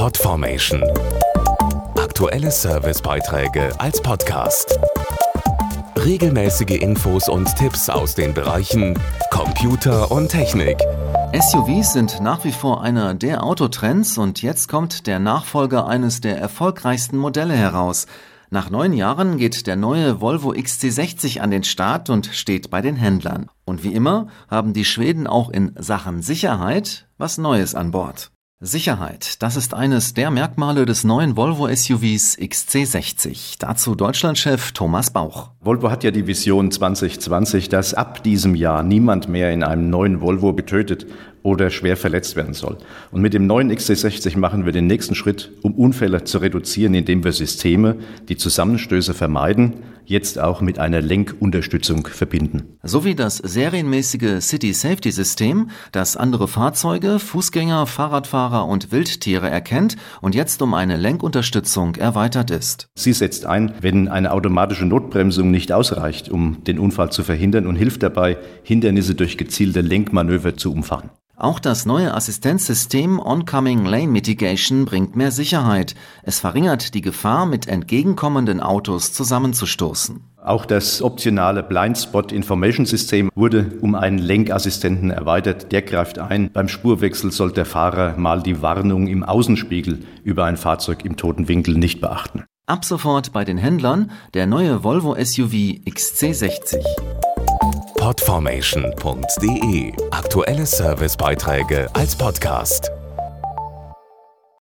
Podformation. Aktuelle Servicebeiträge als Podcast. Regelmäßige Infos und Tipps aus den Bereichen Computer und Technik. SUVs sind nach wie vor einer der Autotrends und jetzt kommt der Nachfolger eines der erfolgreichsten Modelle heraus. Nach 9 Jahren geht der neue Volvo XC60 an den Start und steht bei den Händlern. Und wie immer haben die Schweden auch in Sachen Sicherheit was Neues an Bord. Sicherheit, das ist eines der Merkmale des neuen Volvo SUVs XC60. Dazu Deutschlandchef Thomas Bauch. Volvo hat ja die Vision 2020, dass ab diesem Jahr niemand mehr in einem neuen Volvo getötet oder schwer verletzt werden soll. Und mit dem neuen XC60 machen wir den nächsten Schritt, um Unfälle zu reduzieren, indem wir Systeme, die Zusammenstöße vermeiden, jetzt auch mit einer Lenkunterstützung verbinden. Sowie das serienmäßige City-Safety-System, das andere Fahrzeuge, Fußgänger, Fahrradfahrer und Wildtiere erkennt und jetzt um eine Lenkunterstützung erweitert ist. Sie setzt ein, wenn eine automatische Notbremsung nicht ausreicht, um den Unfall zu verhindern, und hilft dabei, Hindernisse durch gezielte Lenkmanöver zu umfahren. Auch das neue Assistenzsystem Oncoming Lane Mitigation bringt mehr Sicherheit. Es verringert die Gefahr, mit entgegenkommenden Autos zusammenzustoßen. Auch das optionale Blind Spot Information System wurde um einen Lenkassistenten erweitert. Der greift ein. Beim Spurwechsel soll der Fahrer mal die Warnung im Außenspiegel über ein Fahrzeug im toten Winkel nicht beachten. Ab sofort bei den Händlern der neue Volvo SUV XC60. Podformation.de. Aktuelle Servicebeiträge als Podcast.